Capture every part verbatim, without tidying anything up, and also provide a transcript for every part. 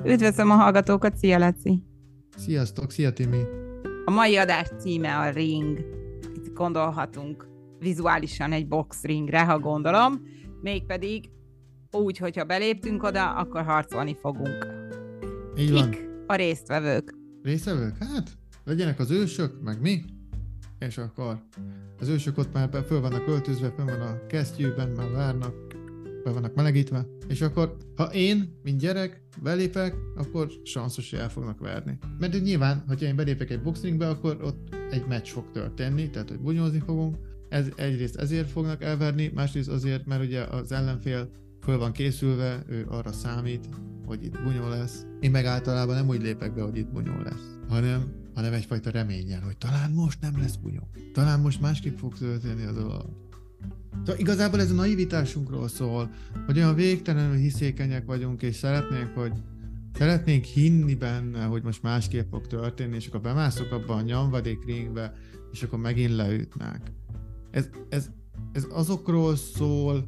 Üdvözlöm a hallgatókat, szia Laci! Sziasztok, szia Timi! A mai adás címe a ring. Itt gondolhatunk vizuálisan egy boxringre, ha gondolom, mégpedig úgy, hogyha beléptünk oda, akkor harcolni fogunk. Így Kik van. a résztvevők? Résztvevők? Hát, legyenek az ősök, meg mi, és akkor az ősök ott már föl vannak öltözve, föl van a kesztyűben, már várnak, be vannak melegítve, és akkor, ha én, mint gyerek, belépek, akkor sanszos, hogy el fognak verni. Mert nyilván, hogyha én belépek egy boxringbe, akkor ott egy meccs fog történni, tehát hogy bunyózni fogunk. Ez, egyrészt ezért fognak elverni, másrészt azért, mert ugye az ellenfél föl van készülve, ő arra számít, hogy itt bunyó lesz. Én meg általában nem úgy lépek be, hogy itt bunyó lesz, hanem, hanem egyfajta reménnyel, hogy talán most nem lesz bunyó. Talán most másképp fog történni a dolog. Szóval igazából ez a naivitásunkról szól, hogy olyan végtelenül hiszékenyek vagyunk, és szeretnénk, hogy szeretnénk hinni benne, hogy most másképp fog történni, és akkor bemászok abba a nyomvadék ringbe, és akkor megint leütnek. Ez, ez, ez azokról szól,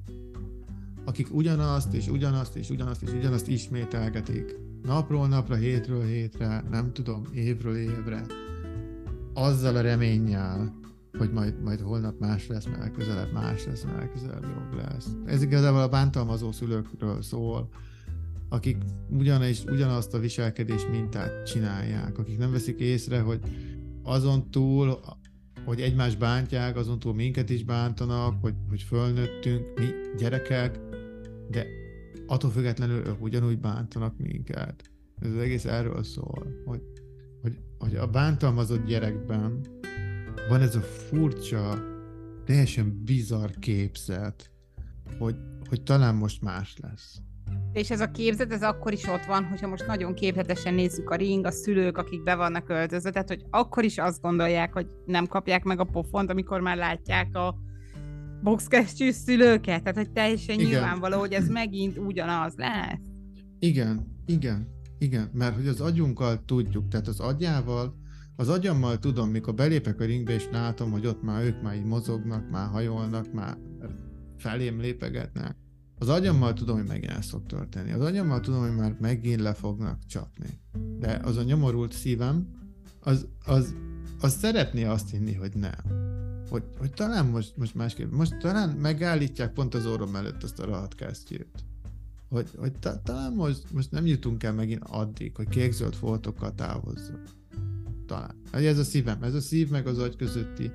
akik ugyanazt, és ugyanazt, és ugyanazt, és ugyanazt ismételgetik. Napról napra, hétről hétre, nem tudom, évről évre. Azzal a reménnyel, hogy majd, majd holnap más lesz, mert legközelebb más lesz, mert legközelebb jobb lesz. Ez igazából a bántalmazó szülőkről szól, akik ugyanis, ugyanazt a viselkedés mintát csinálják, akik nem veszik észre, hogy azon túl, hogy egymást bántják, azon túl minket is bántanak, hogy, hogy fölnőttünk, mi gyerekek, de attól függetlenül ők ugyanúgy bántanak minket. Ez az egész erről szól, hogy, hogy, hogy a bántalmazott gyerekben van ez a furcsa, teljesen bizarr képzet, hogy, hogy talán most más lesz. És ez a képzet, ez akkor is ott van, hogyha most nagyon képletesen nézzük a ring, a szülők, akik be vannak öltözve, tehát hogy akkor is azt gondolják, hogy nem kapják meg a pofont, amikor már látják a boxkesztyű szülőket, tehát hogy teljesen igen. Nyilvánvaló, hogy ez megint ugyanaz lesz. Igen, igen, igen, mert hogy az agyunkkal tudjuk, tehát az agyával, az agyammal tudom, mikor belépek a ringbe, és látom, hogy ott már ők már így mozognak, már hajolnak, már felém lépegetnek. Az agyammal tudom, hogy megint el fog történni. Az agyammal tudom, hogy már megint le fognak csapni. De az a nyomorult szívem, az, az, az szeretné azt hinni, hogy nem. Hogy, hogy talán most, most másképp, most talán megállítják pont az orrom előtt azt a rohadt kesztyűt. Hogy, hogy ta, talán most, most nem jutunk el megint addig, hogy kék-zöld foltokkal távozzunk. Talán. Ez a szívem, ez a szív meg az agy közötti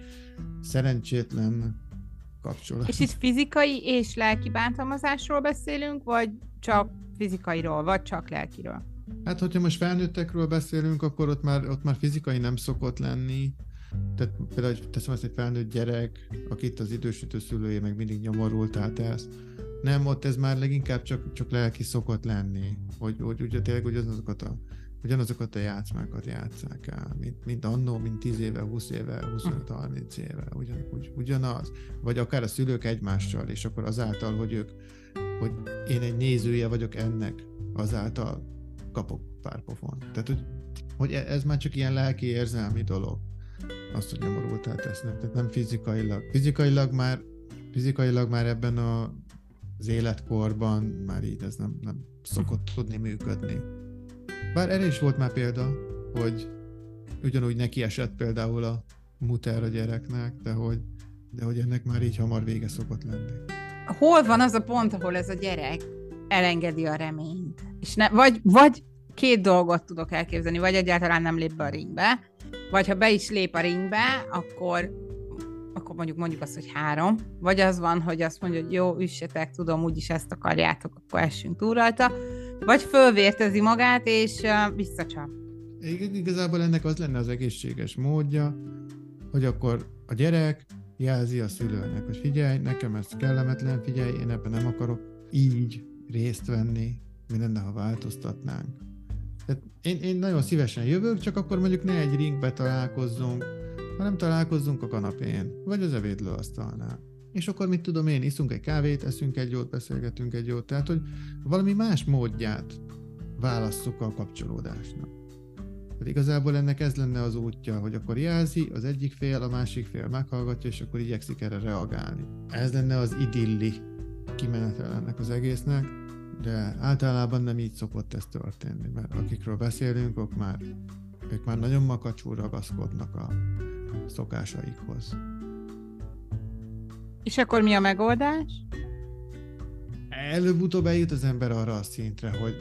szerencsétlen kapcsolat. És itt fizikai és lelki bántalmazásról beszélünk, vagy csak fizikairól, vagy csak lelkiről? Hát, hogyha most felnőttekről beszélünk, akkor ott már, ott már fizikai nem szokott lenni. Tehát például teszem azt, egy felnőtt gyerek, akit az idősítő szülője meg mindig nyomorult át ezt. Nem, ott ez már leginkább csak, csak lelki szokott lenni. Hogy, hogy ugye tényleg ugyanazokat a, ugyanazokat a játszmákat játsszák el, mint, mint annó, mint tíz éve, húsz éve, huszonöt-harminc éve, ugyan, ugy, ugyanaz. Vagy akár a szülők egymással, és akkor azáltal, hogy ők, hogy én egy nézője vagyok ennek, azáltal kapok pár pofon. Tehát, hogy, hogy ez már csak ilyen lelki érzelmi dolog. Azt, hogy nyomorultál tesznek, tehát nem fizikailag. Fizikailag már, fizikailag már ebben a, az életkorban már így ez nem, nem szokott tudni működni. Bár erre is volt már példa, hogy ugyanúgy neki esett például a muter a gyereknek, de hogy, de hogy ennek már így hamar vége szokott lenni. Hol van az a pont, ahol ez a gyerek elengedi a reményt? És ne, vagy, vagy két dolgot tudok elképzelni, vagy egyáltalán nem lép be a ringbe, vagy ha be is lép a ringbe, akkor, akkor mondjuk mondjuk azt, hogy három, vagy az van, hogy azt mondja, hogy jó, üssetek, tudom, úgyis ezt akarjátok, akkor essünk túl rajta, vagy fölvértezi magát, és uh, visszacsap. Igazából ennek az lenne az egészséges módja, hogy akkor a gyerek jelzi a szülőnek, hogy figyelj, nekem ez kellemetlen, figyelj, én ebben nem akarok így részt venni, mi lenne, ha változtatnánk. Tehát én, én nagyon szívesen jövök, csak akkor mondjuk ne egy ringbe találkozzunk, hanem találkozzunk a kanapén, vagy az ebédlőasztalnál. És akkor mit tudom én, iszunk egy kávét, eszünk egy jót, beszélgetünk egy jót, tehát hogy valami más módját válasszuk a kapcsolódásnak. Tehát igazából ennek ez lenne az útja, hogy akkor jelzi, az egyik fél, a másik fél meghallgatja, és akkor igyekszik erre reagálni. Ez lenne az idilli kimenetel ennek az egésznek, de általában nem így szokott ez történni, mert akikről beszélünk, ők már, ők már nagyon makacsul ragaszkodnak a szokásaikhoz. És akkor mi a megoldás? Előbb-utóbb eljut az ember arra a szintre, hogy,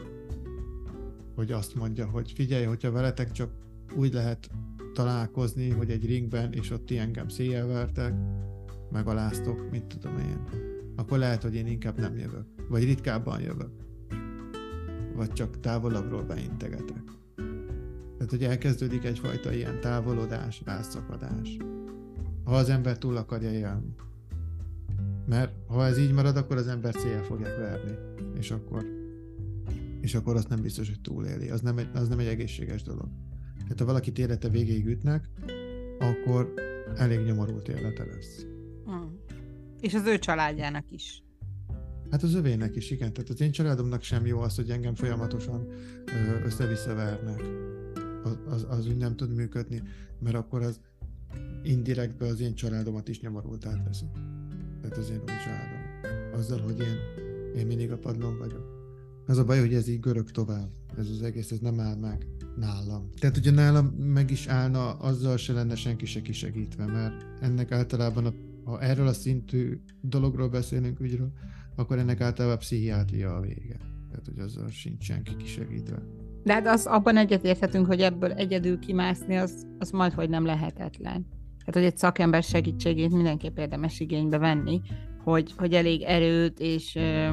hogy azt mondja, hogy figyelj, hogyha veletek csak úgy lehet találkozni, hogy egy ringben, és ott ti engem széjjel vertek, megaláztok, mit tudom én, akkor lehet, hogy én inkább nem jövök. Vagy ritkábban jövök. Vagy csak távolabbról beintegetek. Tehát, hogy elkezdődik egyfajta ilyen távolodás, rászakadás. Ha az ember túl akarja élni. Mert ha ez így marad, akkor az ember széjjel fogják verni. És akkor, és akkor azt nem biztos, hogy túléli. Az nem egy, az nem egy egészséges dolog. Tehát ha valakit élete végéig ütnek, akkor elég nyomorult élete lesz. Hmm. És az ő családjának is. Hát az övének is, igen. Tehát az én családomnak sem jó az, hogy engem folyamatosan ö, össze-vissza vernek. Az, az, az úgy nem tud működni, mert akkor az indirektben az én családomat is nyomorultá teszi. Tehát az én új családom. Azzal, hogy én, én mindig a padlón vagyok. Az a baj, hogy ez így görög tovább. Ez az egész, ez nem áll meg nálam. Tehát ugye nálam meg is állna, azzal se lenne senki se kisegítve, mert ennek általában, a, ha erről a szintű dologról beszélünk, ügyről, akkor ennek általában a pszichiátria a vége. Tehát, hogy azzal sincs senki kisegítve. De hát az, abban egyetérthetünk, hogy ebből egyedül kimászni, az, az majdhogy nem lehetetlen. Tehát, hogy egy szakember segítségét mindenképp érdemes igénybe venni, hogy, hogy elég erőt és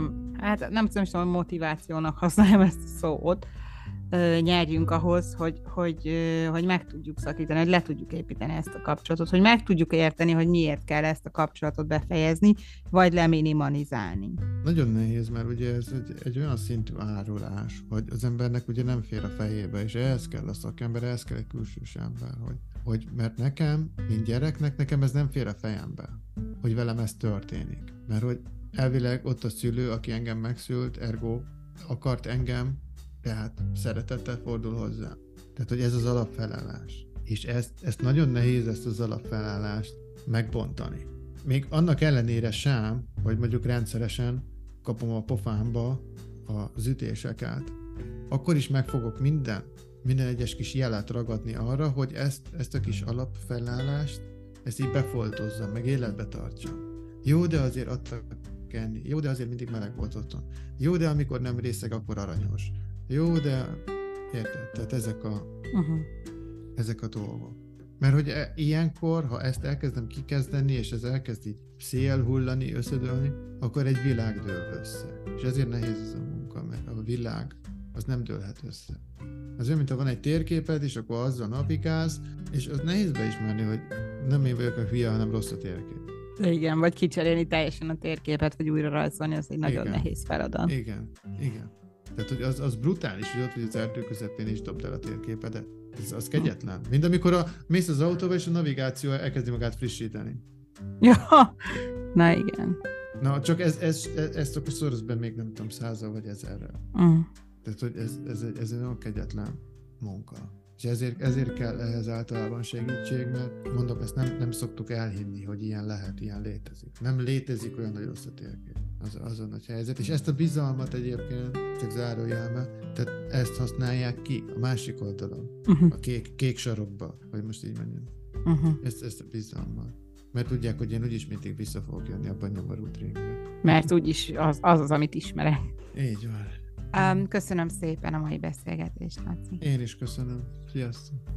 hát nem tudom, hogy motivációnak használjam ezt a szót, nyerjünk ahhoz, hogy, hogy, hogy meg tudjuk szakítani, hogy le tudjuk építeni ezt a kapcsolatot, hogy meg tudjuk érteni, hogy miért kell ezt a kapcsolatot befejezni, vagy leminimalizálni. Nagyon nehéz, mert ugye ez egy, egy olyan szintű árulás, hogy az embernek ugye nem fér a fejébe, és ehhez kell a szakember, ehhez kell egy külsős ember, hogy, hogy mert nekem, mint gyereknek, nekem ez nem fér a fejembe, hogy velem ez történik. Mert hogy elvileg ott a szülő, aki engem megszült, ergo akart engem, tehát szeretettel fordul hozzá. Tehát, hogy ez az alapfelállás. És ezt, ezt nagyon nehéz, ezt az alapfelállást megbontani. Még annak ellenére sem, hogy mondjuk rendszeresen kapom a pofámba az ütéseket, akkor is meg fogok minden, minden egyes kis jelet ragadni arra, hogy ezt, ezt a kis alapfelállást, ezt így befoltozzam, meg életbe tartsam. Jó, de azért adtak enni. Jó, de azért mindig meleg volt otthon. Jó, de amikor nem részeg, akkor aranyos. Jó, de érted? Tehát ezek a, uh-huh. ezek a dolgok. Mert hogy e, ilyenkor, ha ezt elkezdem kikezdeni, és ez elkezd így szél hullani, összedőlni, akkor egy világ dől össze. És ezért nehéz ez a munka, mert a világ az nem dőlhet össze. Az olyan, mintha van egy térképed, és akkor azzal navigálsz, és az nehéz beismerni, hogy nem én vagyok a hülye, hanem rossz a térkép. Igen, vagy kicserélni teljesen a térképet, vagy újra rajzolni, az egy nagyon igen. nehéz feladat. Igen, igen. Tehát, hogy az, az brutális, hogy ott vagy az erdő közepén is dobd el a térképedet. Ez, az kegyetlen. Mint amikor a, mész az autóba, és a navigáció elkezdi magát frissíteni. Ja, na igen. Na, csak ez, ez, ez, ezt akkor szoroz be még nem tudom, százal vagy ezerrel. Mm. Tehát, hogy ez, ez, egy, ez egy nagyon kegyetlen munka. És ezért, ezért kell ehhez általában segítség, mert mondom, ezt nem, nem szoktuk elhinni, hogy ilyen lehet, ilyen létezik. Nem létezik olyan nagy rossz a térkép. Az, az a nagy helyzet. És ezt a bizalmat egyébként, csak zárójelme, tehát ezt használják ki a másik oldalon, uh-huh. a kék, kék sarokba, hogy most így mondjam. Uh-huh. Ezt, ezt a bizalmat. Mert tudják, hogy én úgyis mindig vissza fogok jönni abban a nyomorult ringbe. Mert úgyis az, az az, amit ismerek. Így van. Um, köszönöm szépen a mai beszélgetést, Laci. Én is köszönöm. Sziasztok!